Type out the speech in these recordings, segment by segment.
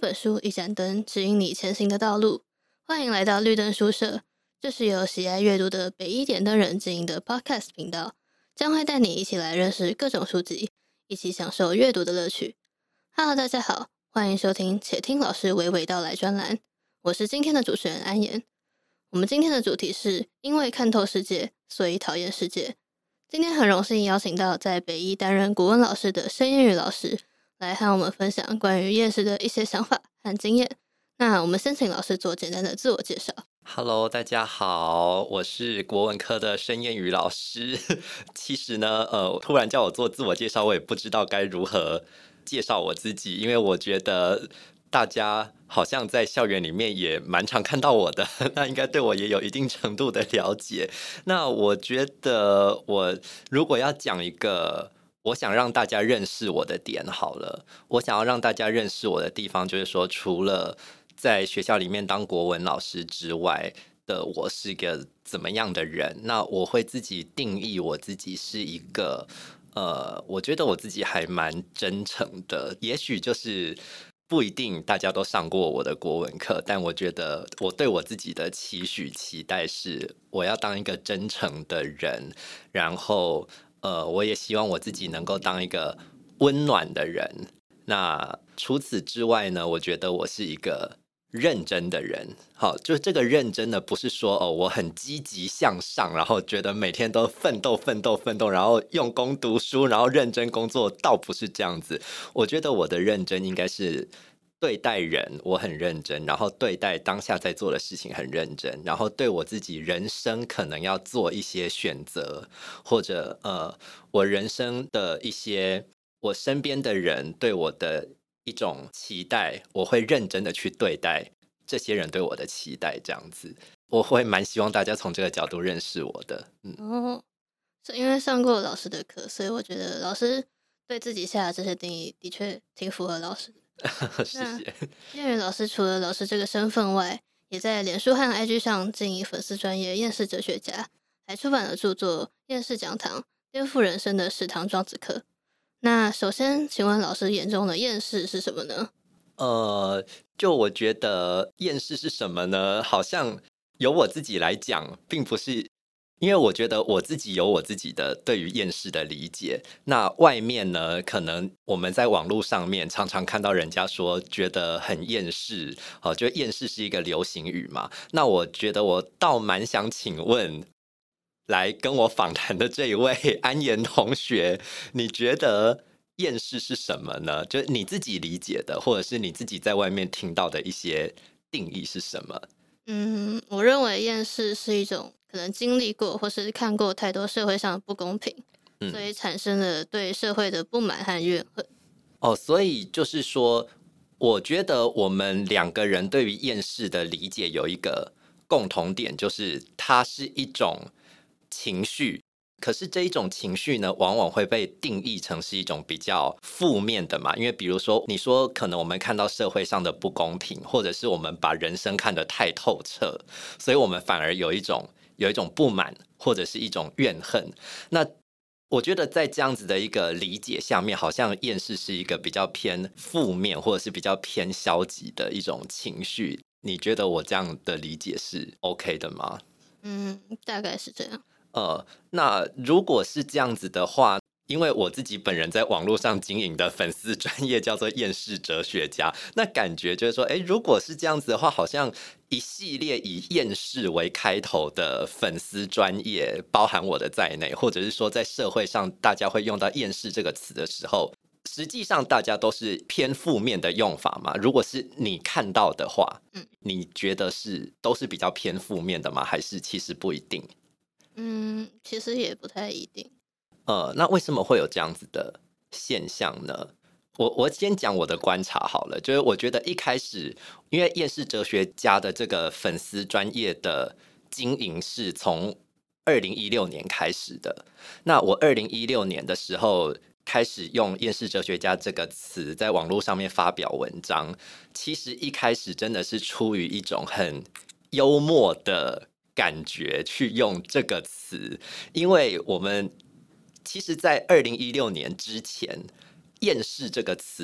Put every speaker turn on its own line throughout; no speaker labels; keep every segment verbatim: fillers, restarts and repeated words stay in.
本书，一盏灯，指引你前行的道路。欢迎来到绿灯书社，这是由喜爱阅读的北一点灯人经营的 Podcast 频道，将会带你一起来认识各种书籍，一起享受阅读的乐趣。Hello， 大家好，欢迎收听《且听老师娓娓道来》专栏，我是今天的主持人安妍。我们今天的主题是因为看透世界，所以讨厌世界。今天很荣幸邀请到在北一担任国文老师的申燕宇老师，来和我们分享关于厌世的一些想法和经验。那我们先请老师做简单的自我介绍。
Hello， 大家好，我是国文科的申燕宇老师。其实呢，呃，突然叫我做自我介绍，我也不知道该如何介绍我自己，因为我觉得大家好像在校园里面也蛮常看到我的，那应该对我也有一定程度的了解。那我觉得我如果要讲一个我想让大家认识我的点好了，我想要让大家认识我的地方就是说，除了在学校里面当国文老师之外的我是个怎么样的人，那我会自己定义我自己是一个呃，我觉得我自己还蛮真诚的，也许就是不一定大家都上过我的国文课，但我觉得我对我自己的期许期待是我要当一个真诚的人，然后呃，我也希望我自己能够当一个温暖的人。那除此之外呢，我觉得我是一个认真的人。好，就这个认真的不是说哦，我很积极向上，然后觉得每天都奋斗奋斗奋斗，然后用功读书，然后认真工作，倒不是这样子。我觉得我的认真应该是对待人我很认真，然后对待当下在做的事情很认真，然后对我自己人生可能要做一些选择，或者呃，我人生的一些我身边的人对我的一种期待，我会认真的去对待这些人对我的期待，这样子我会蛮希望大家从这个角度认识我的。嗯，
哦，是因为上过老师的课，所以我觉得老师对自己下的这些定义的确挺符合老师的。
谢谢。
燕宇老师除了老师这个身份外，也在脸书和 I G 上经营粉丝专业厌世哲学家，还出版了著作《厌世讲堂》，颠覆人生的十堂庄子课。那首先，请问老师眼中的厌世是什么呢？
呃，就我觉得厌世是什么呢？好像由我自己来讲，并不是，因为我觉得我自己有我自己的对于厌世的理解。那外面呢，可能我们在网络上面常常看到人家说觉得很厌世，哦，就厌世是一个流行语嘛。那我觉得我倒蛮想请问，来跟我访谈的这一位安妍同学，你觉得厌世是什么呢？就是你自己理解的，或者是你自己在外面听到的一些定义是什么？
嗯，我认为厌世是一种可能经历过或是看过太多社会上的不公平，
嗯，
所以产生了对社会的不满和怨恨。
哦，所以就是说，我觉得我们两个人对于厌世的理解有一个共同点，就是它是一种情绪。可是这一种情绪呢，往往会被定义成是一种比较负面的嘛。因为比如说，你说可能我们看到社会上的不公平，或者是我们把人生看得太透彻，所以我们反而有一种有一种不满，或者是一种怨恨。那我觉得在这样子的一个理解下面，好像厌世是一个比较偏负面，或者是比较偏消极的一种情绪。你觉得我这样的理解是 OK 的吗？
嗯，大概是这样。
呃，那如果是这样子的话，因为我自己本人在网络上经营的粉丝专业叫做厌世哲学家，那感觉就是说，哎，如果是这样子的话，好像一系列以厌世为开头的粉丝专业，包含我的在内，或者是说在社会上大家会用到厌世这个词的时候，实际上大家都是偏负面的用法嘛。如果是你看到的话，
嗯
你觉得是都是比较偏负面的吗？还是其实不一定？
嗯，其实也不太一定。
呃，那为什么会有这样子的现象呢？我我先讲我的观察好了，就是我觉得一开始，因为厌世哲学家的这个粉丝专业的经营是从二零一六年开始的。那我二零一六年的时候开始用厌世哲学家这个词在网络上面发表文章，其实一开始真的是出于一种很幽默的感觉去用这个词，因为我们其实在二零一六年之前，厌世这个词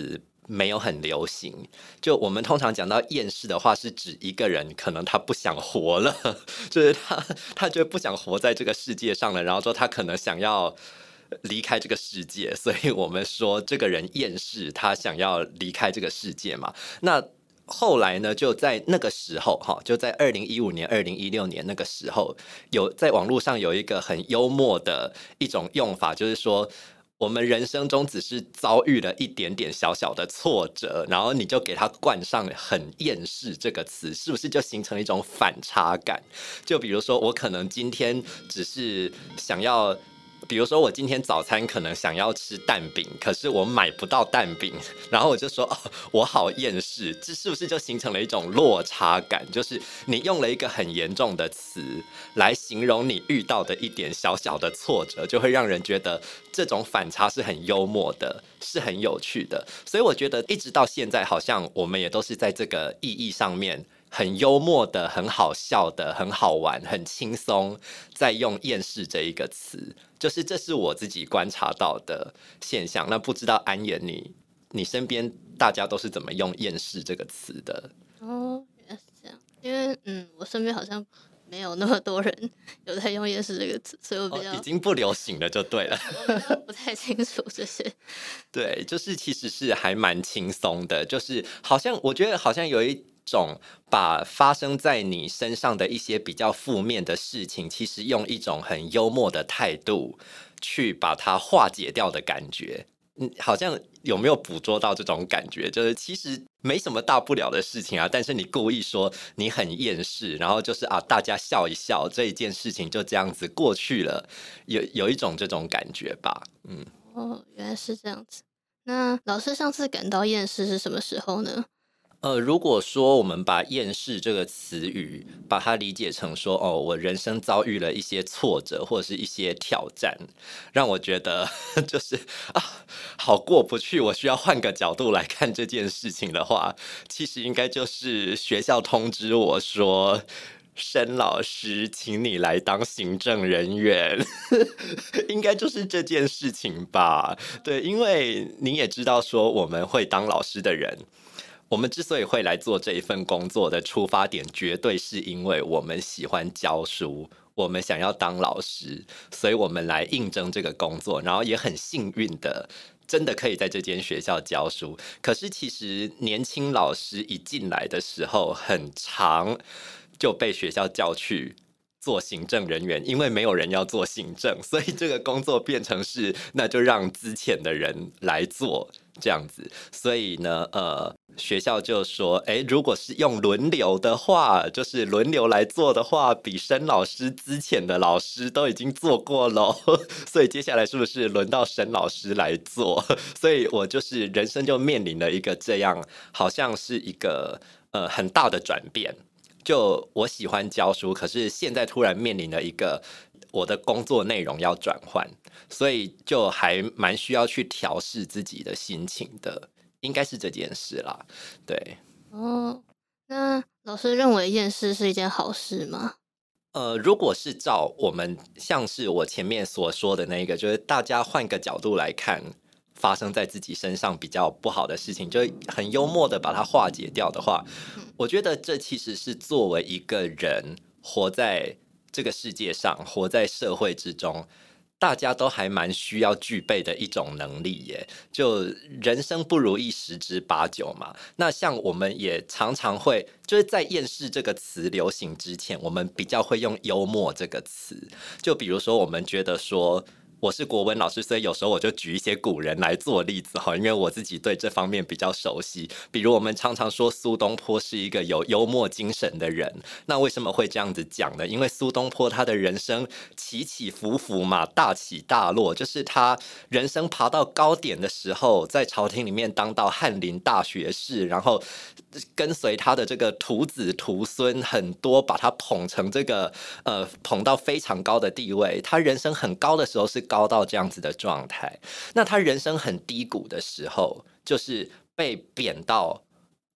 没有很流行。就我们通常讲到厌世的话，是指一个人可能他不想活了，就是他他就不想活在这个世界上了，然后说他可能想要离开这个世界，所以我们说这个人厌世，他想要离开这个世界嘛。那后来呢，就在那个时候，就在二零一五年、二零一六年那个时候，有在网络上有一个很幽默的一种用法，就是说，我们人生中只是遭遇了一点点小小的挫折，然后你就给它冠上很厌世这个词，是不是就形成了一种反差感？就比如说，我可能今天只是想要。比如说我今天早餐可能想要吃蛋饼，可是我买不到蛋饼，然后我就说、哦、我好厌世，这是不是就形成了一种落差感？就是你用了一个很严重的词来形容你遇到的一点小小的挫折，就会让人觉得这种反差是很幽默的，是很有趣的。所以我觉得一直到现在，好像我们也都是在这个意义上面很幽默的、很好笑的、很好玩、很轻松，在用厌世这一个词，就是这是我自己观察到的现象。那不知道安妍你你身边大家都是怎么用厌世这个词的？
哦，原来是这样。因为嗯，我身边好像没有那么多人有在用厌世这个词，所以我比较、
哦、已经不流行了就对了。
我比较不太清楚这些。
对，就是其实是还蛮轻松的，就是好像我觉得好像有一种把发生在你身上的一些比较负面的事情，其实用一种很幽默的态度去把它化解掉的感觉。嗯，好像有没有捕捉到这种感觉？就是其实没什么大不了的事情啊，但是你故意说你很厌世，然后就是啊，大家笑一笑，这一件事情就这样子过去了，有有一种这种感觉吧。嗯，
哦，原来是这样子。那老师上次感到厌世是什么时候呢？
呃，如果说我们把厌世这个词语，把它理解成说，哦，我人生遭遇了一些挫折或者是一些挑战，让我觉得就是啊，好过不去，我需要换个角度来看这件事情的话，其实应该就是学校通知我说，申老师，请你来当行政人员，应该就是这件事情吧？对，因为你也知道说，我们会当老师的人。我们之所以会来做这一份工作的出发点，绝对是因为我们喜欢教书，我们想要当老师，所以我们来应征这个工作，然后也很幸运的，真的可以在这间学校教书。可是其实年轻老师一进来的时候，很常就被学校叫去做行政人员，因为没有人要做行政，所以这个工作变成是那就让资浅的人来做这样子。所以呢，呃，学校就说，哎，如果是用轮流的话，就是轮流来做的话，比申老师资浅的老师都已经做过咯，所以接下来是不是轮到申老师来做？所以我就是人生就面临了一个这样，好像是一个呃很大的转变。就我喜欢教书，可是现在突然面临了一个我的工作内容要转换，所以就还蛮需要去调试自己的心情的，应该是这件事啦。对，
哦，那老师认为厌世是一件好事吗？
呃，如果是照我们像是我前面所说的那个，就是大家换个角度来看发生在自己身上比较不好的事情，就很幽默的把它化解掉的话，我觉得这其实是作为一个人活在这个世界上，活在社会之中，大家都还蛮需要具备的一种能力耶。就人生不如意十之八九嘛，那像我们也常常会就是在厌世这个词流行之前，我们比较会用幽默这个词。就比如说我们觉得说我是国文老师，所以有时候我就举一些古人来做例子哈，因为我自己对这方面比较熟悉。比如我们常常说苏东坡是一个有幽默精神的人，那为什么会这样子讲呢？因为苏东坡他的人生起起伏伏嘛，大起大落，就是他人生爬到高点的时候，在朝廷里面当到翰林大学士，然后跟随他的这个徒子徒孙很多，把他捧成这个呃捧到非常高的地位。他人生很高的时候是高到这样子的状态，那他人生很低谷的时候，就是被贬到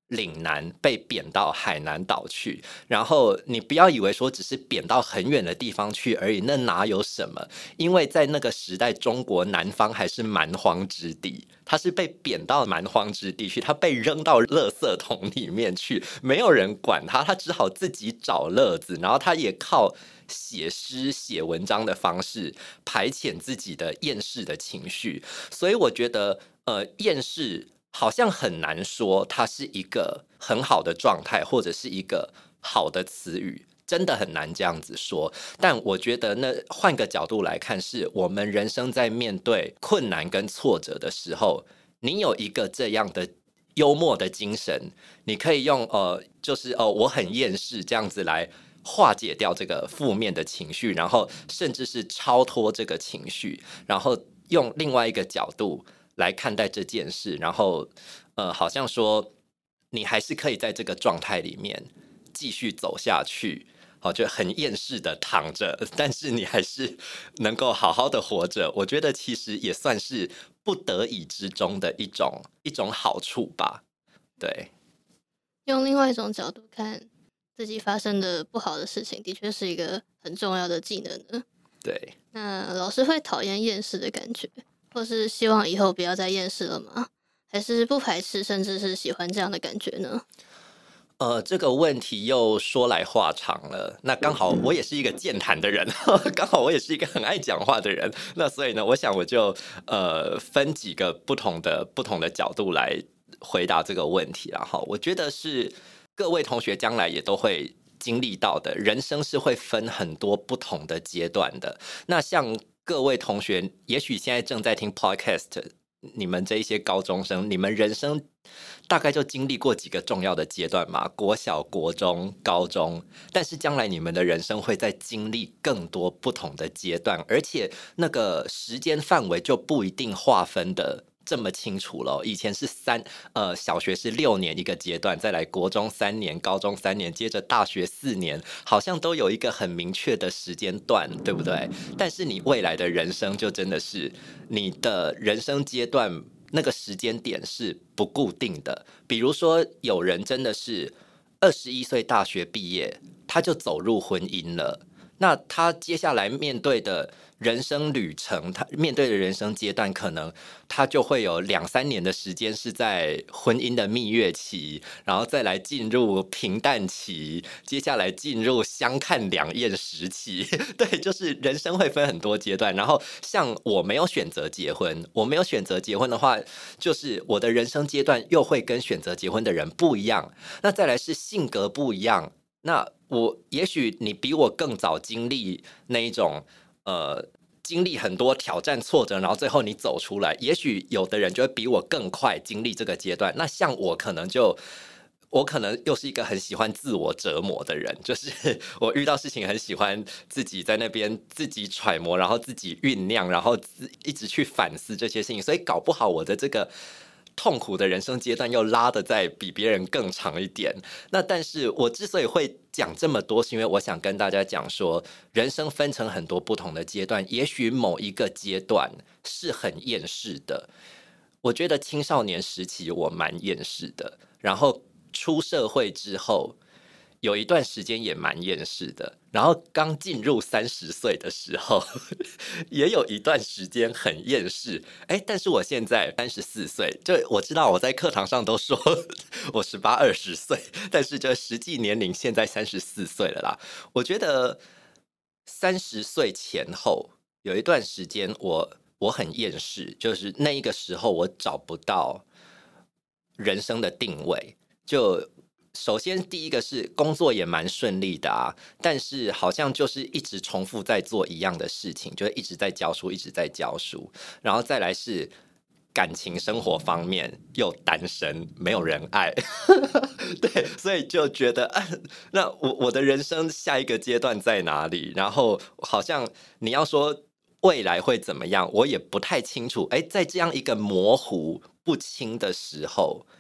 岭南被贬到海南岛去，然后你不要以为说只是贬到很远的地方去而已，那哪有什么？因为在那个时代，中国南方还是蛮荒之地，他是被贬到蛮荒之地去，他被扔到垃圾桶里面去，没有人管他，他只好自己找乐子，然后他也靠写诗写文章的方式排遣自己的厌世的情绪。所以我觉得呃，厌世好像很难说它是一个很好的状态，或者是一个好的词语，真的很难这样子说。但我觉得那换个角度来看，是我们人生在面对困难跟挫折的时候，你有一个这样的幽默的精神，你可以用呃，就是哦，我很厌世这样子来化解掉这个负面的情绪，然后甚至是超脱这个情绪，然后用另外一个角度来看待这件事，然后呃，好像说你还是可以在这个状态里面继续走下去，好，就很厌世的躺着，但是你还是能够好好的活着。我觉得其实也算是不得已之中的一种一种好处吧。对，
用另外一种角度看自己发生的不好的事情，的确是一个很重要的技能呢。
对，
那老师会讨厌厌世的感觉，或是希望以后不要再厌世了吗？还是不排斥，甚至是喜欢这样的感觉呢？
呃，这个问题又说来话长了。那刚好我也是一个健谈的人，刚好我也是一个很爱讲话的人。那所以呢，我想我就呃分几个不同的不同的角度来回答这个问题啦。哈，我觉得是各位同学将来也都会经历到的，人生是会分很多不同的阶段的。那像各位同学，也许现在正在听 podcast。你们这一些高中生，你们人生大概就经历过几个重要的阶段嘛？国小、国中、高中，但是将来你们的人生会再经历更多不同的阶段，而且那个时间范围就不一定划分的这么清楚了。以前是三呃，小学是六年一个阶段，再来国中三年，高中三年，接着大学四年，好像都有一个很明确的时间段，对不对？但是你未来的人生就真的是你的人生阶段那个时间点是不固定的。比如说，有人真的是二十一岁大学毕业，他就走入婚姻了。那他接下来面对的人生旅程，他面对的人生阶段，可能他就会有两三年的时间是在婚姻的蜜月期，然后再来进入平淡期，接下来进入相看两厌时期。对，就是人生会分很多阶段。然后像我没有选择结婚，我没有选择结婚的话，就是我的人生阶段又会跟选择结婚的人不一样。那再来是性格不一样。那我也许你比我更早经历那一种呃，经历很多挑战挫折，然后最后你走出来。也许有的人就会比我更快经历这个阶段。那像我可能就我可能又是一个很喜欢自我折磨的人，就是我遇到事情很喜欢自己在那边自己揣摩，然后自己酝酿，然后一直去反思这些事情，所以搞不好我的这个痛苦的人生阶段又拉得再比别人更长一点。那但是我之所以会讲这么多，是因为我想跟大家讲说，人生分成很多不同的阶段，也许某一个阶段是很厌世的。我觉得青少年时期我蛮厌世的，然后出社会之后有一段时间也蛮厌世的，然后刚进入三十岁的时候也有一段时间很厌世。哎，但是我现在三十四岁，就我知道我在课堂上都说我十八二十岁，但是这实际年龄现在三十四岁了啦。我觉得三十岁前后有一段时间我我很厌世，就是那一个时候我找不到人生的定位。就首先第一个是工作也蛮顺利的啊，但是好像就是一直重复在做一样的事情，就是一直在教书一直在教书。然后再来是感情生活方面又单身，没有人爱对，所以就觉得、啊、那我我的人生下一个阶段在哪里？然后好像你要说未来会怎么样，我也不太清楚。哎，在这样一个模糊不清的时候，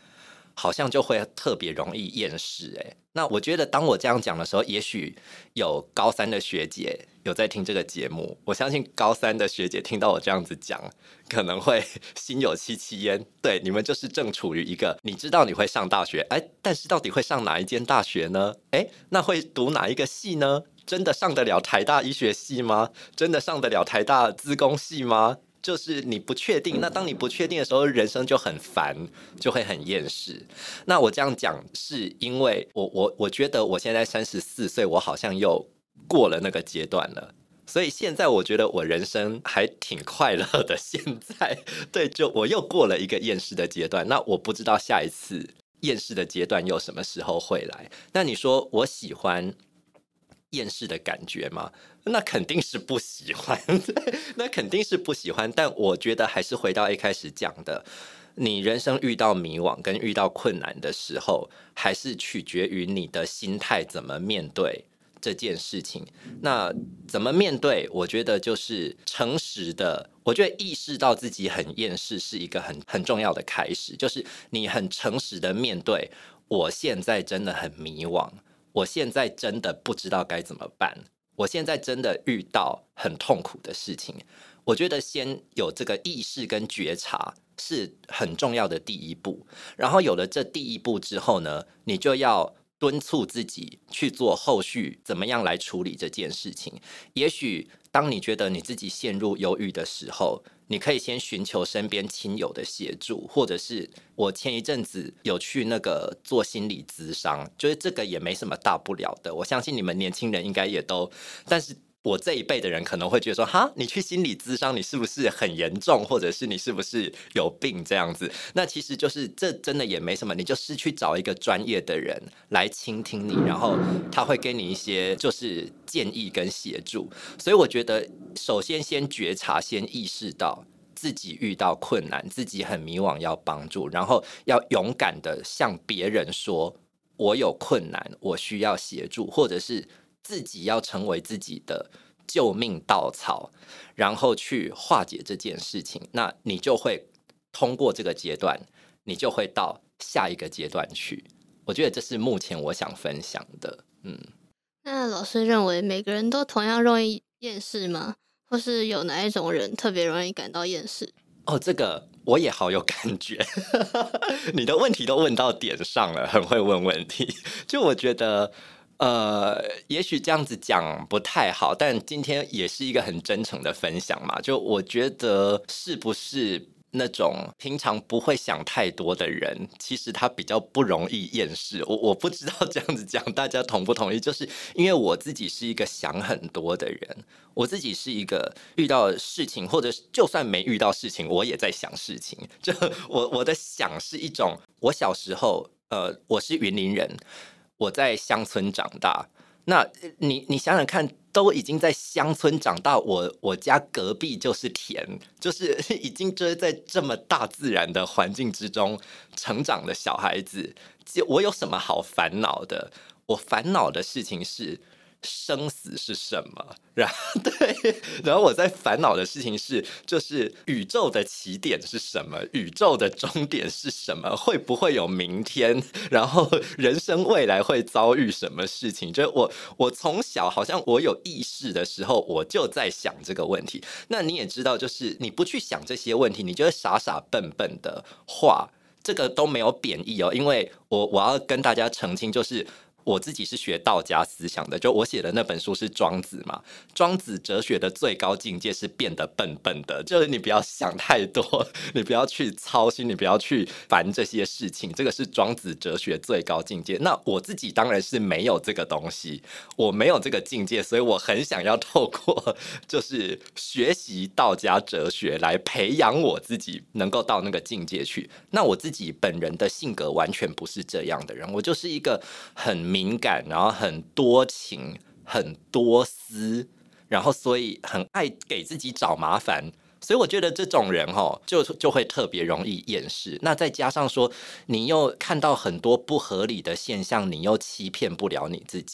好像就会特别容易厌世。哎，那我觉得当我这样讲的时候，也许有高三的学姐有在听这个节目，我相信高三的学姐听到我这样子讲，可能会心有戚戚焉。对，你们就是正处于一个你知道你会上大学，哎，但是到底会上哪一间大学呢？哎，那会读哪一个系呢？真的上得了台大医学系吗？真的上得了台大资工系吗？就是你不确定，那当你不确定的时候，人生就很烦，就会很厌世。那我这样讲是因为我我我觉得我现在三十四岁，我好像又过了那个阶段了，所以现在我觉得我人生还挺快乐的。现在对，就我又过了一个厌世的阶段，那我不知道下一次厌世的阶段又什么时候会来。那你说我喜欢厌世的感觉吗？那肯定是不喜欢那肯定是不喜欢。但我觉得还是回到一开始讲的，你人生遇到迷惘跟遇到困难的时候，还是取决于你的心态怎么面对这件事情。那怎么面对，我觉得就是诚实的，我觉得意识到自己很厌世是一个很很重要的开始，就是你很诚实的面对，我现在真的很迷惘，我现在真的不知道该怎么办，我现在真的遇到很痛苦的事情。我觉得先有这个意识跟觉察是很重要的第一步，然后有了这第一步之后呢，你就要敦促自己去做后续怎么样来处理这件事情。也许当你觉得你自己陷入忧郁的时候，你可以先寻求身边亲友的协助，或者是我前一阵子有去那个做心理咨商，就是这个也没什么大不了的，我相信你们年轻人应该也都，但是我这一辈的人可能会觉得说，哈，你去心理咨商，你是不是很严重，或者是你是不是有病这样子？那其实就是这真的也没什么，你就是去找一个专业的人来倾听你，然后他会给你一些就是建议跟协助。所以我觉得，首先先觉察，先意识到自己遇到困难，自己很迷惘，要帮助，然后要勇敢的向别人说，我有困难，我需要协助，或者是自己要成为自己的救命稻草，然后去化解这件事情。那你就会通过这个阶段，你就会到下一个阶段去。我觉得这是目前我想分享的。嗯，
那老师认为每个人都同样容易厌世吗？或是有哪一种人特别容易感到厌世？
哦，这个我也好有感觉你的问题都问到点上了，很会问问题。就我觉得呃，也许这样子讲不太好，但今天也是一个很真诚的分享嘛。就我觉得是不是那种平常不会想太多的人，其实他比较不容易厌世。我我不知道这样子讲大家同不同意，就是因为我自己是一个想很多的人，我自己是一个遇到事情，或者就算没遇到事情，我也在想事情。就我我的想是一种，我小时候呃，我是云林人，我在乡村长大。那你你想想看，都已经在乡村长大，我我家隔壁就是田，就是已经就是在这么大自然的环境之中成长的小孩子，我有什么好烦恼的？我烦恼的事情是生死是什么？然后对，然后我在烦恼的事情是，就是宇宙的起点是什么？宇宙的终点是什么？会不会有明天？然后人生未来会遭遇什么事情？就我我从小好像我有意识的时候，我就在想这个问题。那你也知道，就是你不去想这些问题，你就会傻傻笨笨的画。这个都没有贬义哦，因为我我要跟大家澄清，就是我自己是学道家思想的，就我写的那本书是庄子嘛。庄子哲学的最高境界是变得笨笨的，就是你不要想太多，你不要去操心，你不要去烦这些事情，这个是庄子哲学最高境界。那我自己当然是没有这个东西，我没有这个境界，所以我很想要透过就是学习道家哲学来培养我自己能够到那个境界去。那我自己本人的性格完全不是这样的人，我就是一个很敏感，然后很多情，很多思，然后所以很爱给自己找麻烦。所以我觉得这种人哦，就就会特别容易厌世。那再加上说，你又看到很多不合理的现象，你又欺骗不了你自己，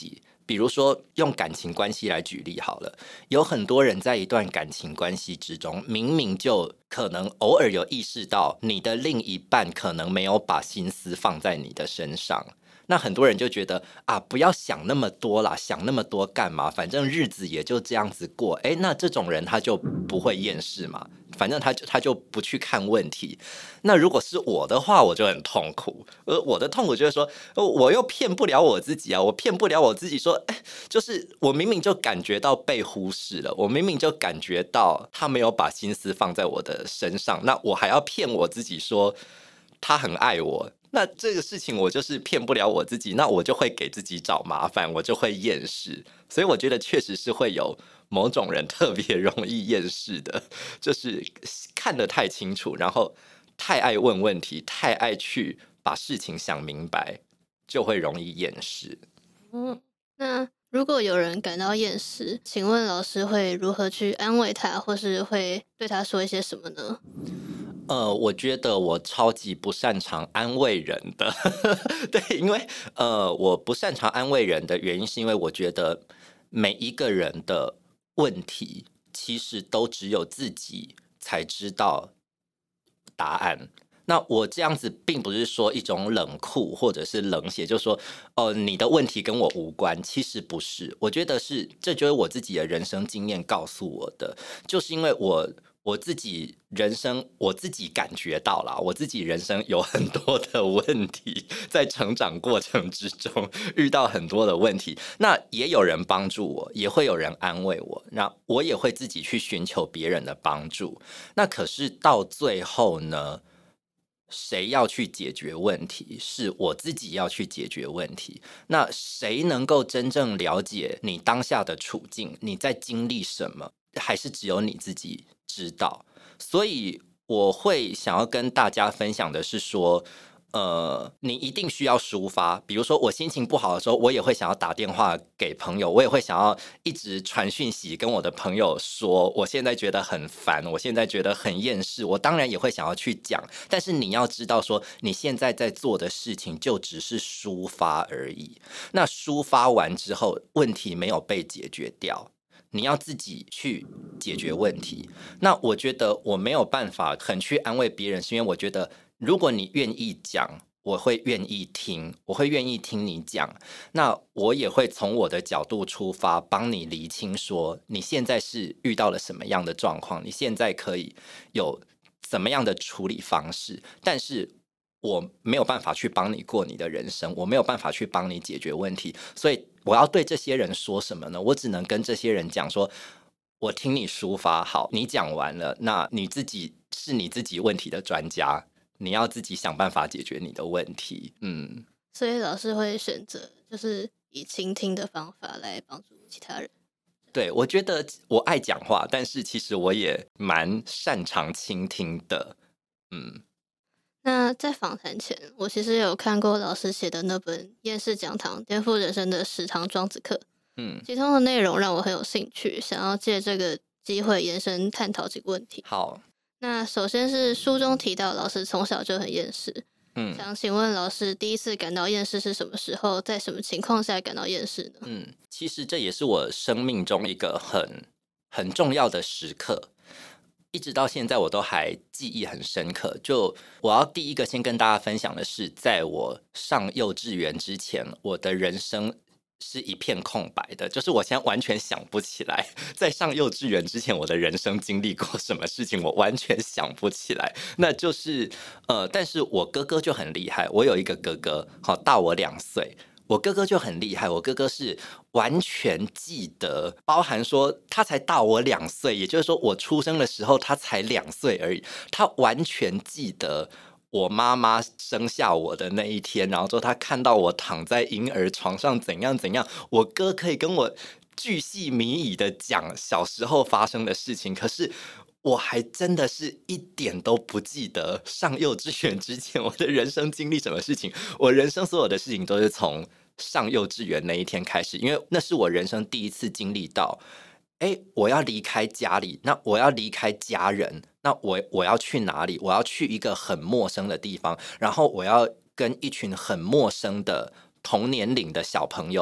比如说用感情关系来举例好了，有很多人在一段感情关系之中，明明就可能偶尔有意识到你的另一半可能没有把心思放在你的身上，那很多人就觉得啊，不要想那么多啦，想那么多干嘛？反正日子也就这样子过。哎，那这种人他就不会厌世嘛，反正他就他就不去看问题。那如果是我的话，我就很痛苦。呃，我的痛苦就是说，我又骗不了我自己啊，我骗不了我自己说，哎，就是我明明就感觉到被忽视了，我明明就感觉到他没有把心思放在我的身上，那我还要骗我自己说他很爱我。那这个事情我就是骗不了我自己，那我就会给自己找麻烦，我就会厌世。所以我觉得确实是会有某种人特别容易厌世的，就是看得太清楚，然后太爱问问题，太爱去把事情想明白，就会容易厌世。
嗯，那如果有人感到厌世，请问老师会如何去安慰他，或是会对他说一些什么呢？
呃，我觉得我超级不擅长安慰人的，对，因为呃，我不擅长安慰人的原因是因为我觉得每一个人的问题其实都只有自己才知道答案。那我这样子并不是说一种冷酷或者是冷血，就是说哦、呃，你的问题跟我无关，其实不是。我觉得是，这就是我自己的人生经验告诉我的，就是因为我。我自己人生，我自己感觉到啦，我自己人生有很多的问题，在成长过程之中遇到很多的问题。那也有人帮助我，也会有人安慰我，那我也会自己去寻求别人的帮助。那可是到最后呢？谁要去解决问题？是我自己要去解决问题。那谁能够真正了解你当下的处境？你在经历什么？还是只有你自己知道？所以我会想要跟大家分享的是说，呃，你一定需要抒发。比如说我心情不好的时候，我也会想要打电话给朋友，我也会想要一直传讯息跟我的朋友说，我现在觉得很烦，我现在觉得很厌世。我当然也会想要去讲，但是你要知道说，你现在在做的事情就只是抒发而已。那抒发完之后，问题没有被解决掉。你要自己去解决问题。那我觉得我没有办法很去安慰别人，是因为我觉得如果你愿意讲，我会愿意听，我会愿意听你讲。那我也会从我的角度出发，帮你厘清说你现在是遇到了什么样的状况，你现在可以有怎么样的处理方式。但是我没有办法去帮你过你的人生，我没有办法去帮你解决问题，所以我要对这些人说什么呢？我只能跟这些人讲说，我听你抒发，好，你讲完了，那你自己是你自己问题的专家，你要自己想办法解决你的问题。嗯，
所以老师会选择就是以倾听的方法来帮助其他人。
对，我觉得我爱讲话，但是其实我也蛮擅长倾听的。嗯。
那在访谈前，我其实有看过老师写的那本《厌世讲堂：颠覆人生的十堂庄子课》，
嗯，
其中的内容让我很有兴趣，想要借这个机会延伸探讨几个问题。
好，
那首先是书中提到老师从小就很厌世，
嗯，
想请问老师第一次感到厌世是什么时候，在什么情况下感到厌世呢？
嗯，其实这也是我生命中一个很很重要的时刻。一直到现在我都还记忆很深刻。就我要第一个先跟大家分享的是，在我上幼稚园之前，我的人生是一片空白的，就是我现在完全想不起来，在上幼稚园之前我的人生经历过什么事情，我完全想不起来。那就是呃，但是我哥哥就很厉害，我有一个哥哥，好大我两岁。我哥哥就很厉害，我哥哥是完全记得，包含说他才大我两岁，也就是说我出生的时候他才两岁而已，他完全记得我妈妈生下我的那一天，然后说他看到我躺在婴儿床上怎样怎样，我哥可以跟我巨细靡遗的讲小时候发生的事情，可是我还真的是一点都不记得上幼稚园之前我的人生经历什么事情。我人生所有的事情都是从上幼稚园那一天开始，因为那是我人生第一次经历到，哎，我要离开家里，那我要离开家人，那我我要去哪里？我要去一个很陌生的地方，然后我要跟一群很陌生的同年龄的小朋友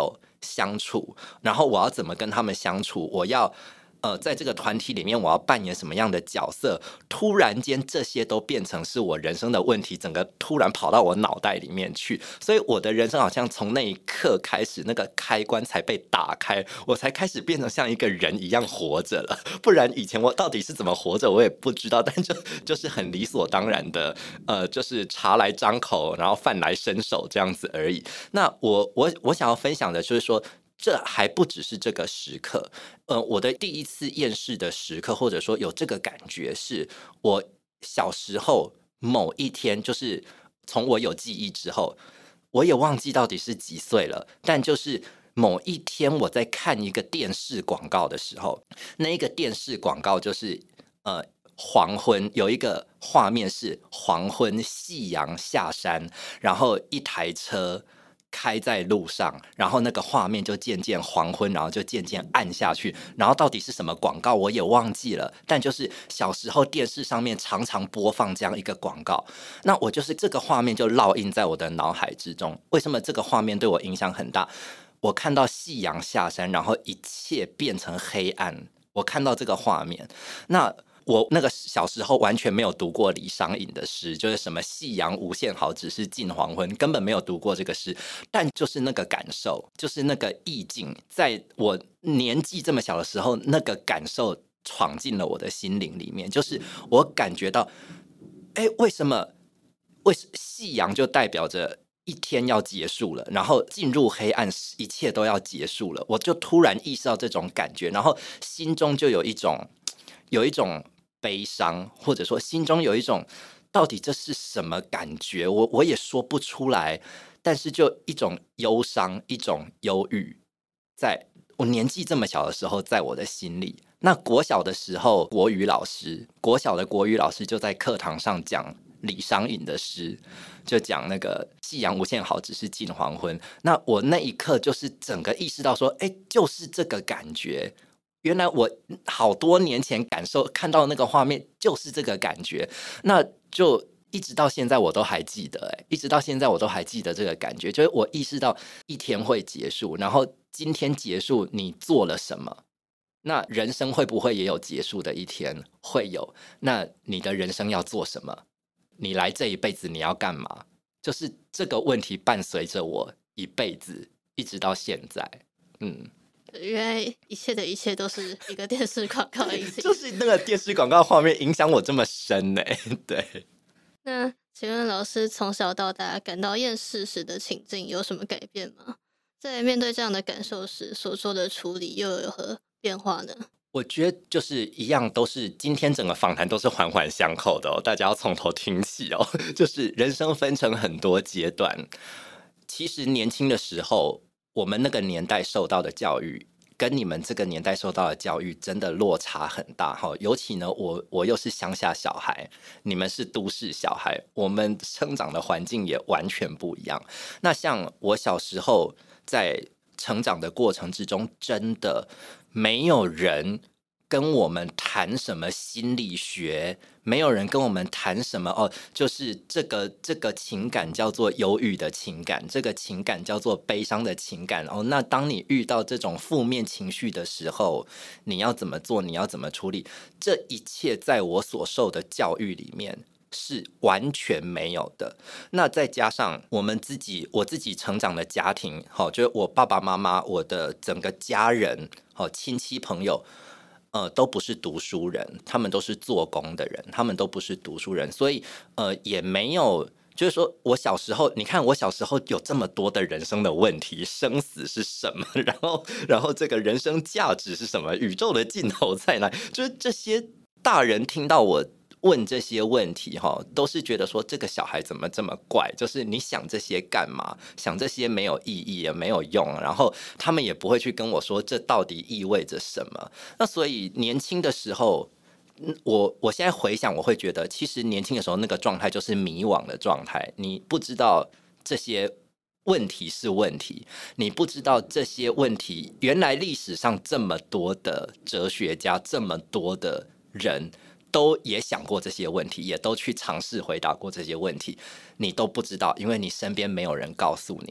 相处，然后我要怎么跟他们相处，我要呃，在这个团体里面我要扮演什么样的角色，突然间这些都变成是我人生的问题，整个突然跑到我脑袋里面去，所以我的人生好像从那一刻开始，那个开关才被打开，我才开始变成像一个人一样活着了，不然以前我到底是怎么活着我也不知道，但就就是很理所当然的呃，就是茶来张口，然后饭来伸手这样子而已。那我我我想要分享的就是说，这还不只是这个时刻，呃，我的第一次厌世的时刻，或者说有这个感觉，是我小时候某一天，就是从我有记忆之后，我也忘记到底是几岁了，但就是某一天我在看一个电视广告的时候，那一个电视广告就是呃。黄昏有一个画面是黄昏，夕阳下山，然后一台车开在路上，然后那个画面就渐渐黄昏，然后就渐渐暗下去，然后到底是什么广告我也忘记了，但就是小时候电视上面常常播放这样一个广告，那我就是这个画面就烙印在我的脑海之中。为什么这个画面对我影响很大？我看到夕阳下山，然后一切变成黑暗，我看到这个画面，那我那个小时候完全没有读过李商隐的诗，就是什么夕阳无限好，只是近黄昏，根本没有读过这个诗，但就是那个感受，就是那个意境，在我年纪这么小的时候，那个感受闯进了我的心灵里面，就是我感觉到，哎，为什么为夕阳就代表着一天要结束了，然后进入黑暗，一切都要结束了，我就突然意识到这种感觉，然后心中就有一种有一种悲伤，或者说心中有一种到底这是什么感觉，我我也说不出来，但是就一种忧伤，一种忧郁，在我年纪这么小的时候，在我的心里。那国小的时候，国语老师，国小的国语老师就在课堂上讲李商隐的诗，就讲那个夕阳无限好，只是近黄昏。那我那一刻就是整个意识到说，哎，就是这个感觉。原来我好多年前感受看到那个画面就是这个感觉，那就一直到现在我都还记得、欸，一直到现在我都还记得这个感觉，就是我意识到一天会结束，然后今天结束你做了什么，那人生会不会也有结束的一天？会有，那你的人生要做什么？你来这一辈子你要干嘛？就是这个问题伴随着我一辈子，一直到现在，嗯。
原来一切的一切都是一个电视广告的意思，
就是那个电视广告画面影响我这么深呢、欸。对，
那请问老师从小到大感到厌世时的情境有什么改变吗？在面对这样的感受时所做的处理又有何变化呢？
我觉得就是一样，都是今天整个访谈都是环环相扣的哦，大家要从头听起哦。就是人生分成很多阶段，其实年轻的时候，我们那个年代受到的教育，跟你们这个年代受到的教育真的落差很大哈。尤其呢，我我又是乡下小孩，你们是都市小孩，我们生长的环境也完全不一样。那像我小时候在成长的过程之中，真的没有人跟我们谈什么心理学，没有人跟我们谈什么哦，就是这个这个情感叫做忧郁的情感，这个情感叫做悲伤的情感哦。那当你遇到这种负面情绪的时候，你要怎么做？你要怎么处理？这一切在我所受的教育里面是完全没有的。那再加上我们自己，我自己成长的家庭，好，就是我爸爸妈妈，我的整个家人，好，亲戚朋友。呃，都不是读书人，他们都是做工的人，他们都不是读书人，所以呃，也没有，就是说我小时候，你看我小时候有这么多的人生的问题，生死是什么，然后然后这个人生价值是什么，宇宙的尽头在哪，就是这些大人听到我问这些问题哈，都是觉得说这个小孩怎么这么怪？就是你想这些干嘛？想这些没有意义也没有用，然后他们也不会去跟我说这到底意味着什么。那所以年轻的时候，我我现在回想，我会觉得其实年轻的时候那个状态就是迷惘的状态，你不知道这些问题是问题，你不知道这些问题原来历史上这么多的哲学家，这么多的人。都也想过这些问题，也都去尝试回答过这些问题，你都不知道，因为你身边没有人告诉你。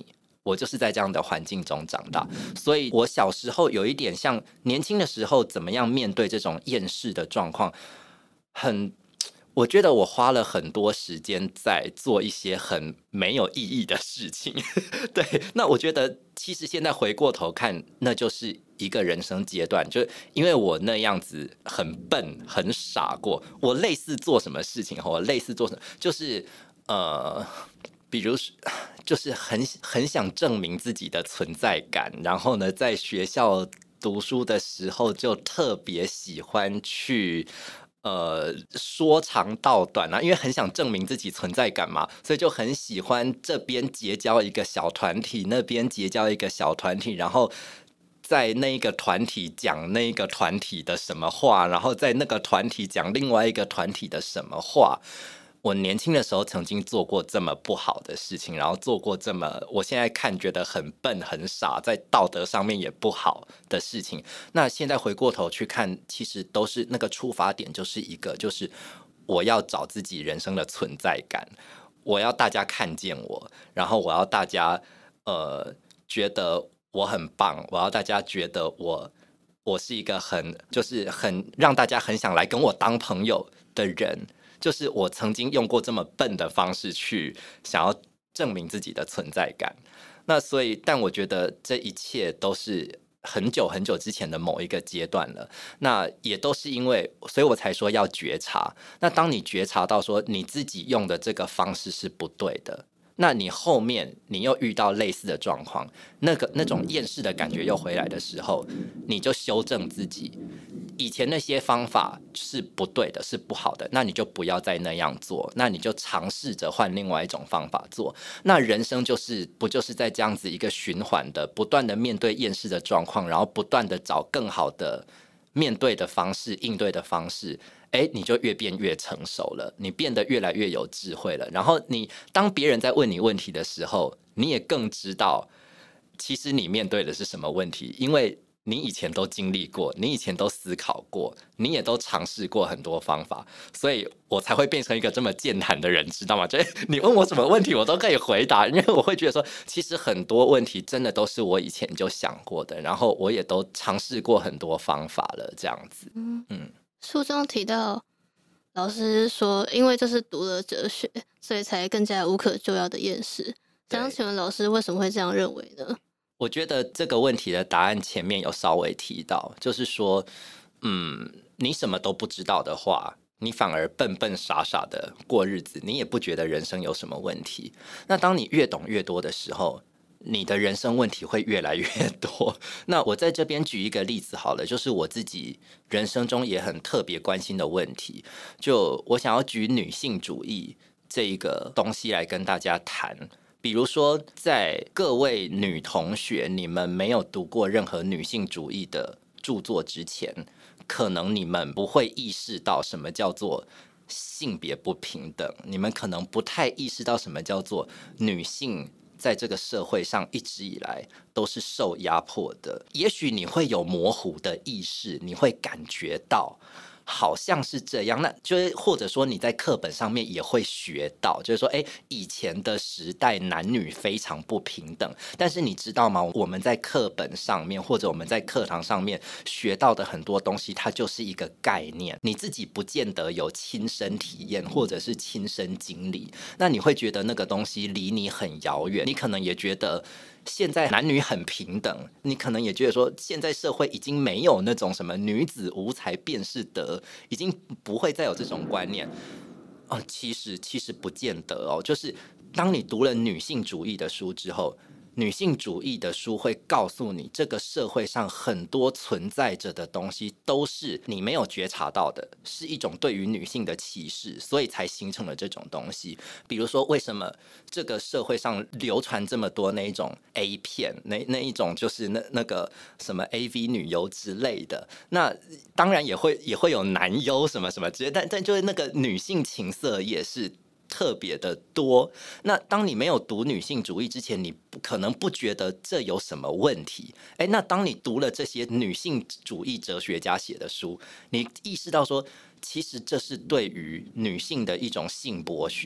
我就是在这样的环境中长大，所以我小时候有一点像年轻的时候怎么样面对这种厌世的状况，很我觉得我花了很多时间在做一些很没有意义的事情对，那我觉得其实现在回过头看，那就是一个人生阶段，就因为我那样子很笨很傻过，我类似做什么事情，我类似做什么就是呃比如就是很很想证明自己的存在感，然后呢在学校读书的时候就特别喜欢去呃，说长道短啊，因为很想证明自己存在感嘛，所以就很喜欢这边结交一个小团体，那边结交一个小团体，然后在那个团体讲那个团体的什么话，然后在那个团体讲另外一个团体的什么话。我年轻的时候曾经做过这么不好的事情，然后做过这么我现在看觉得很笨很傻，在道德上面也不好的事情。那现在回过头去看，其实都是那个出发点就是一个，就是我要找自己人生的存在感，我要大家看见我，然后我要大家呃觉得我很棒，我要大家觉得我我是一个很就是很让大家很想来跟我当朋友的人。就是我曾经用过这么笨的方式去想要证明自己的存在感，那所以但我觉得这一切都是很久很久之前的某一个阶段了，那也都是因为所以我才说要觉察。那当你觉察到说你自己用的这个方式是不对的，那你后面你又遇到类似的状况，那个那种厌世的感觉又回来的时候，你就修正自己，以前那些方法是不对的，是不好的，那你就不要再那样做，那你就尝试着换另外一种方法做。那人生就是不就是在这样子一个循环的，不断的面对厌世的状况，然后不断的找更好的面对的方式、应对的方式。哎，你就越变越成熟了，你变得越来越有智慧了。然后你当别人在问你问题的时候，你也更知道，其实你面对的是什么问题，因为你以前都经历过，你以前都思考过，你也都尝试过很多方法，所以我才会变成一个这么健谈的人，知道吗？就是你问我什么问题，我都可以回答，因为我会觉得说，其实很多问题真的都是我以前就想过的，然后我也都尝试过很多方法了，这样子。嗯嗯。
书中提到，老师说，因为这是读了哲学，所以才更加无可救药的厌世。想请问老师为什么会这样认为呢？
我觉得这个问题的答案前面有稍微提到，就是说，嗯，你什么都不知道的话，你反而笨笨傻傻的过日子，你也不觉得人生有什么问题。那当你越懂越多的时候，你的人生问题会越来越多。那我在这边举一个例子好了，就是我自己人生中也很特别关心的问题，就我想要举女性主义这一个东西来跟大家谈。比如说，在各位女同学，你们没有读过任何女性主义的著作之前，可能你们不会意识到什么叫做性别不平等，你们可能不太意识到什么叫做女性在这个社会上一直以来都是受压迫的。也许你会有模糊的意识，你会感觉到好像是这样，那就是或者说你在课本上面也会学到，就是说，哎，以前的时代男女非常不平等，但是你知道吗？我们在课本上面或者我们在课堂上面学到的很多东西，它就是一个概念，你自己不见得有亲身体验或者是亲身经历，那你会觉得那个东西离你很遥远，你可能也觉得现在男女很平等，你可能也觉得说现在社会已经没有那种什么女子无才便是德，已经不会再有这种观念。哦，其实其实不见得哦，就是当你读了女性主义的书之后，女性主义的书会告诉你，这个社会上很多存在着的东西都是你没有觉察到的，是一种对于女性的歧视，所以才形成了这种东西。比如说，为什么这个社会上流传这么多那一种 A 片，那那一种就是那那个什么 A V 女优之类的，那当然也会也会有男优什么什么之类，但但就是那个女性情色也是特别的多。那当你没有读女性主义之前，你可能不觉得这有什么问题。哎，那当你读了这些女性主义哲学家写的书，你意识到说，其实这是对于女性的一种性剥削，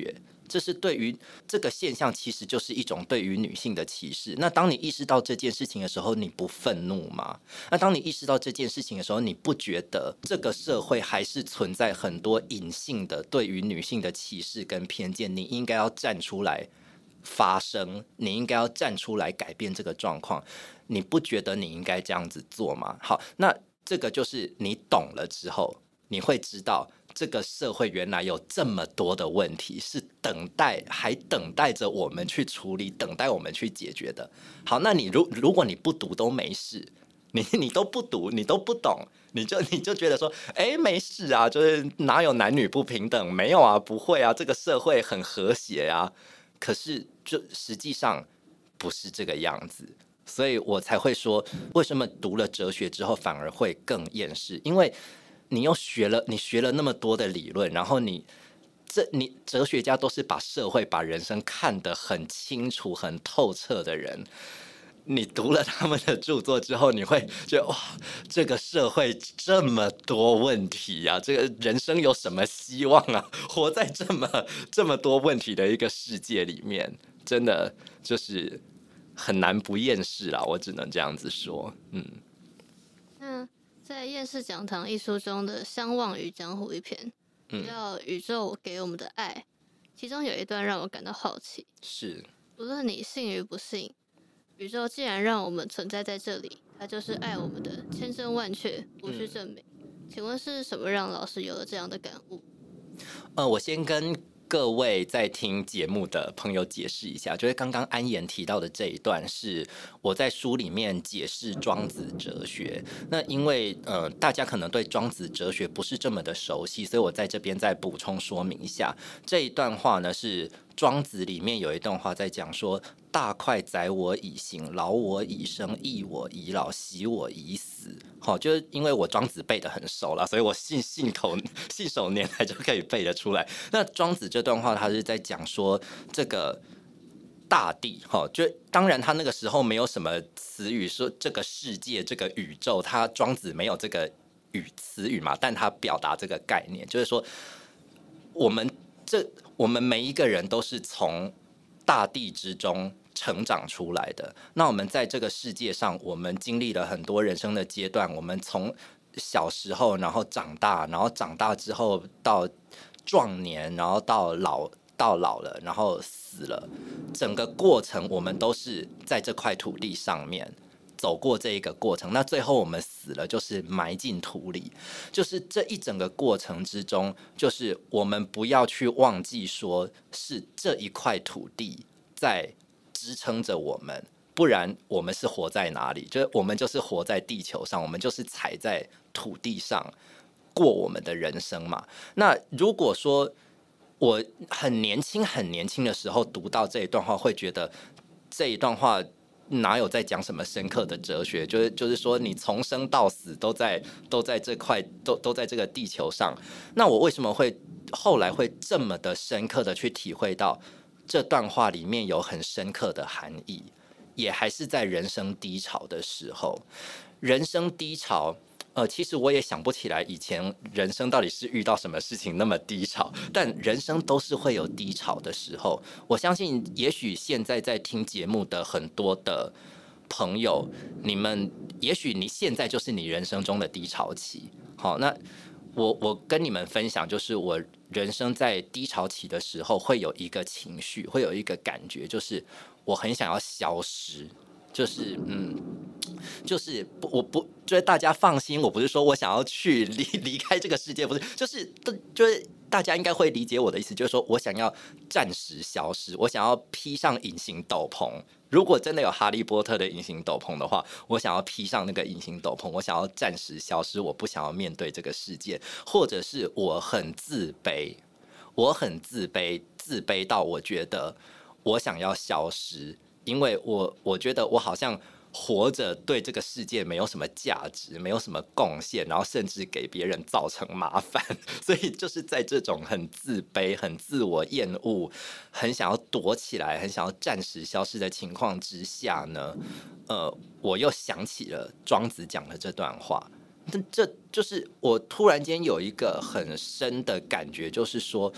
这是对于这个现象，其实就是一种对于女性的歧视。那当你意识到这件事情的时候，你不愤怒吗？那当你意识到这件事情的时候，你不觉得这个社会还是存在很多隐性的对于女性的歧视跟偏见？你应该要站出来发声，你应该要站出来改变这个状况。你不觉得你应该这样子做吗？好，那这个就是你懂了之后，你会知道这个社会原来有这么多的问题是等待，还等待着我们去处理，等待我们去解决的。好，那你如如果你不读都没事，你你都不读，你都不懂，你就你就觉得说，哎，没事啊，就是哪有男女不平等？没有啊，不会啊，这个社会很和谐啊。可是就实际上不是这个样子。所以我才会说，为什么读了哲学之后反而会更厌世？因为你又学了，你学了那么多的理论，然后你这你哲学家都是把社会、把人生看得很清楚、很透彻的人。你读了他们的著作之后，你会觉得哇，这个社会这么多问题啊，这个人生有什么希望啊？活在这么这么多问题的一个世界里面，真的就是很难不厌世啦，我只能这样子说。嗯，
那在《厌世讲堂》一书中的《相忘于江湖》一篇，叫《宇宙给我们的爱》，其中有一段让我感到好奇。
是，
无论你信与不信，宇宙既然让我们存在在这里，它就是爱我们的千真万确，无需证明。嗯、请问是什么让老师有了这样的感悟？
呃，我先跟各位在听节目的朋友解释一下，就是刚刚安妍提到的这一段是我在书里面解释庄子哲学。那因为呃大家可能对庄子哲学不是这么的熟悉，所以我在这边再补充说明一下。这一段话呢是庄子里面有一段话在讲说：大块载我以行，劳我以生，益我以老，习我以死。好，就是因为我庄子背得很熟了，所以我信信口信手拈来就可以背得出来。那庄子这段话，他是在讲说这个大地，就当然他那个时候没有什么词语说这个世界、这个宇宙，他庄子没有这个语词语嘛，但他表达这个概念，就是说我们这我们每一个人都是从大地之中成长出来的。那我们在这个世界上，我们经历了很多人生的阶段，我们从小时候，然后长大，然后长大之后到壮年，然后到老到老了，然后死了，整个过程我们都是在这块土地上面走过这一个过程。那最后我们死了，就是埋进土里。就是这一整个过程之中，就是我们不要去忘记说是这一块土地在支撑着我们，不然我们是活在哪里？就是我们就是活在地球上，我们就是踩在土地上过我们的人生嘛。那如果说我很年轻很年轻的时候读到这一段话，会觉得这一段话哪有在讲什么深刻的哲学？就是就是说，你从生到死都在都在这块都都在这个地球上。那我为什么会后来会这么的深刻的去体会到这段话里面有很深刻的含义？也还是在人生低潮的时候，人生低潮。呃，其实我也想不起来以前人生到底是遇到什么事情那么低潮，但人生都是会有低潮的时候。我相信，也许现在在听节目的很多的朋友，你们也许你现在就是你人生中的低潮期。好，那我我跟你们分享，就是我人生在低潮期的时候，会有一个情绪，会有一个感觉，就是我很想要消失。就是嗯，就是不，我不，就是大家放心，我不是说我想要去离离开这个世界，不是，就是就是大家应该会理解我的意思，就是说我想要暂时消失，我想要披上隐形斗篷。如果真的有哈利波特的隐形斗篷的话，我想要披上那个隐形斗篷，我想要暂时消失，我不想要面对这个世界，或者是我很自卑，我很自卑，自卑到我觉得我想要消失。因为我我觉得我好像活着对这个世界没有什么价值，没有什么贡献，然后甚至给别人造成麻烦，所以就是在这种很自卑、很自我厌恶、很想要躲起来、很想要暂时消失的情况之下呢，呃，我又想起了庄子讲的这段话。这就是我突然间有一个很深的感觉，就是说，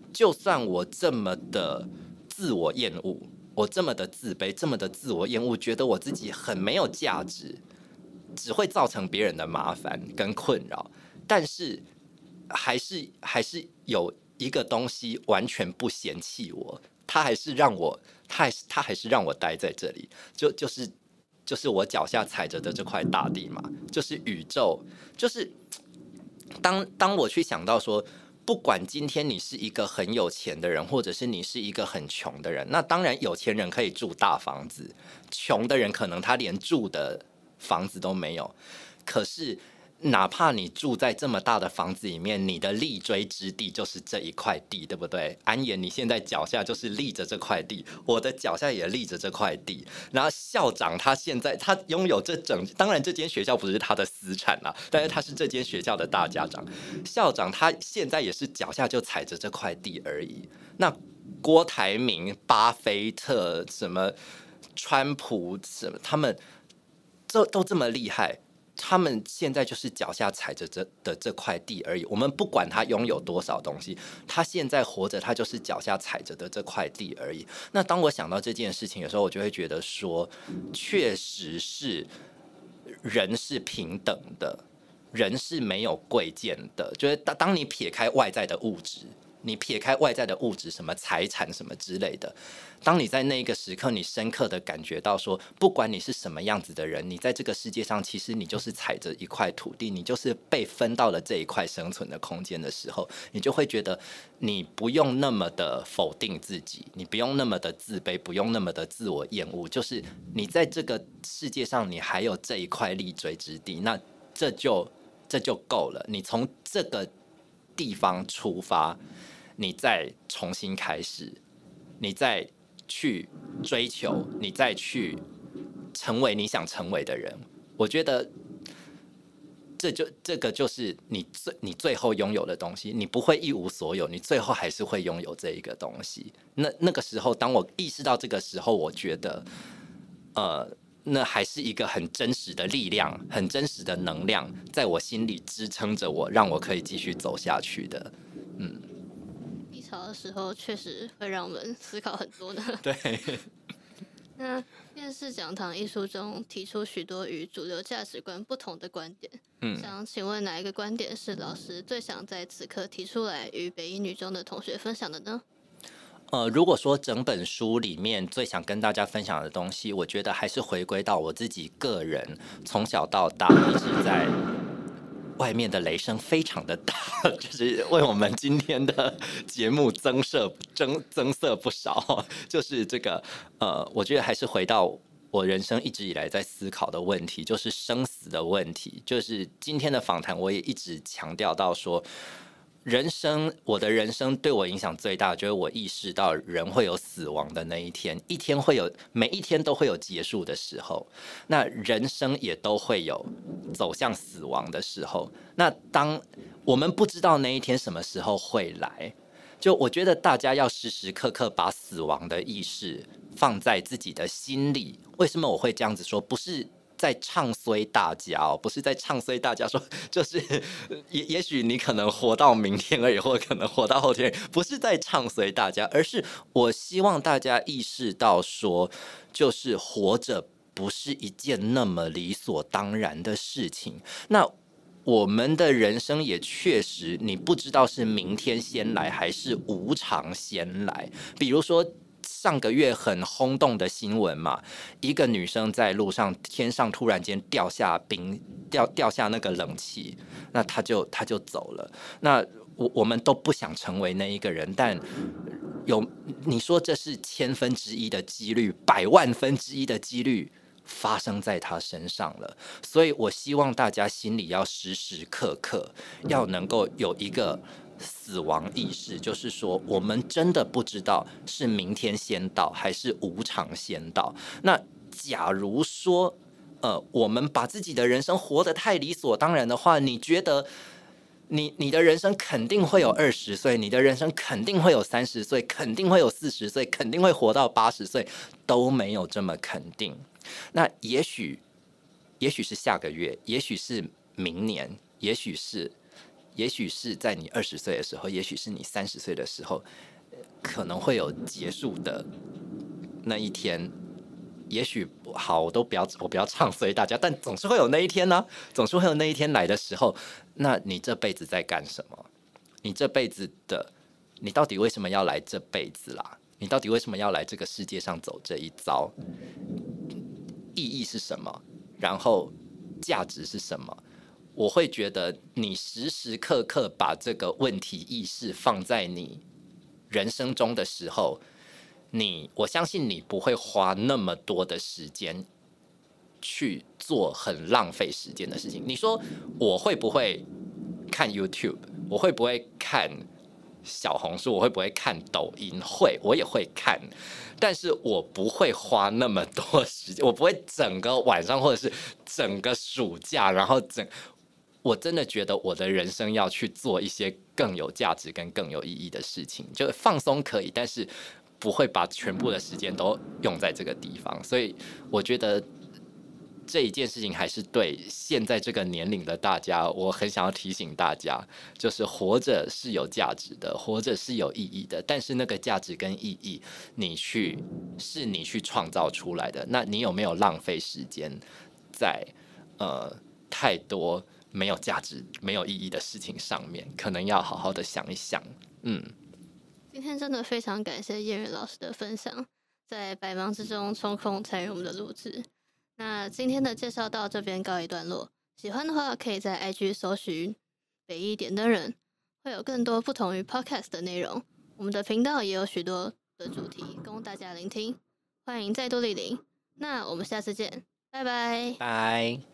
就算我这么的自我厌恶，我这么的自卑，这么的自我厌恶，觉得我自己很没有价值，只会造成别人的麻烦跟困扰，但是还是还是有一个东西完全不嫌弃我，他还是让我，他还是他还是让我待在这里，就就是就是我脚下踩着的这块大地嘛，就是宇宙，就是当当我去想到说，不管今天你是一个很有钱的人，或者是你是一个很穷的人，那当然有钱人可以住大房子，穷的人可能他连住的房子都没有。可是哪怕你住在这么大的房子里面，你的立锥之地就是这一块地，对不对？安妍，你现在脚下就是立着这块地，我的脚下也立着这块地。然后校长他现在他拥有这整，当然这间学校不是他的私产啦，但是他是这间学校的大家长。校长他现在也是脚下就踩着这块地而已。那郭台铭、巴菲特、什么川普，什么他们这都这么厉害。他们现在就是脚下踩着这的这块地而已。我们不管他拥有多少东西，他现在活着，他就是脚下踩着的这块地而已。那当我想到这件事情的时候，我就会觉得说，确实是人是平等的，人是没有贵贱的。就是当你撇开外在的物质，你撇开外在的物质，什么财产什么之类的，当你在那个时刻，你深刻的感觉到说，不管你是什么样子的人，你在这个世界上，其实你就是踩着一块土地，你就是被分到了这一块生存的空间的时候，你就会觉得你不用那么的否定自己，你不用那么的自卑，不用那么的自我厌恶，就是你在这个世界上，你还有这一块立锥之地，那这就这就够了。你从这个地方出发，你再重新开始，你再去追求，你再去成为你想成为的人。我觉得这就这个就是你最你最后拥有的东西。你不会一无所有，你最后还是会拥有这一个东西。那那个时候，当我意识到这个时候，我觉得，呃。那还是一个很真实的力量，很真实的能量，在我心里支撑着我，让我可以继续走下去的。嗯，
低潮的时候确实会让我们思考很多的。
对。
那电视讲堂艺术中提出许多与主流价值观不同的观点，嗯，想请问哪一个观点是老师最想在此刻提出来与北一女中的同学分享的呢？
呃，如果说整本书里面最想跟大家分享的东西，我觉得还是回归到我自己个人从小到大一直在外面的雷声非常的大，就是为我们今天的节目增色增增色不少。就是这个呃，我觉得还是回到我人生一直以来在思考的问题，就是生死的问题。就是今天的访谈，我也一直强调到说。人生，我的人生对我影响最大，就是我意识到人会有死亡的那一天，一天会有，每一天都会有结束的时候，那人生也都会有走向死亡的时候。那当我们不知道那一天什么时候会来，就我觉得大家要时时刻刻把死亡的意识放在自己的心里。为什么我会这样子说？不是在唱衰大家哦，不是在唱衰大家说，就是也也许你可能活到明天而已，或可能活到后天，不是在唱衰大家，而是我希望大家意识到说，就是活着不是一件那么理所当然的事情。那我们的人生也确实，你不知道是明天先来还是无常先来。比如说。上个月很轰动的新闻嘛，一个女生在路上，天上突然间掉下冰，掉掉下那个冷气，那她就她就走了。那我我们都不想成为那一个人，但有你说这是千分之一的几率，百万分之一的几率发生在她身上了。所以我希望大家心里要时时刻刻要能够有一个。死亡意识，就是说我们真的不知道是明天先到还是无常先到。那假如说呃，我们把自己的人生活得太理所当然的话，你觉得你你的人生肯定会有二十岁，你的人生肯定会有三十岁，肯定会有四十岁，肯定会活到八十岁，都没有这么肯定。那也许也许是下个月，也许是明年，也许是也许是在你二十岁的时候，也许是你三十岁的时候，可能会有结束的那一天。也许好，我都不要，我不要唱衰大家，但总是会有那一天呢、啊，总是会有那一天来的时候。那你这辈子在干什么？你这辈子的，你到底为什么要来这辈子啦？你到底为什么要来这个世界上走这一遭？意义是什么？然后价值是什么？我会觉得你时时刻刻把这个问题意识放在你人生中的时候，你我相信你不会花那么多的时间去做很浪费时间的事情。你说我会不会看 YouTube？ 我会不会看小红书？我会不会看抖音？会，我也会看，但是我不会花那么多时间，我不会整个晚上或者是整个暑假，然后整。我真的觉得我的人生要去做一些更有价值跟更有意义的事情，就放松可以，但是不会把全部的时间都用在这个地方。所以我觉得这一件事情还是对现在这个年龄的大家，我很想要提醒大家，就是活着是有价值的，活着是有意义的，但是那个价值跟意义你去是你去创造出来的。那你有没有浪费时间在呃太多没有价值、没有意义的事情上面？可能要好好的想一想。嗯，
今天真的非常感谢叶元老师的分享，在百忙之中抽空参与我们的录制。那今天的介绍到这边告一段落，喜欢的话可以在 I G 搜寻北一点灯人，会有更多不同于 Podcast 的内容。我们的频道也有许多的主题供大家聆听，欢迎再度莅临。那我们下次见，拜拜。
拜。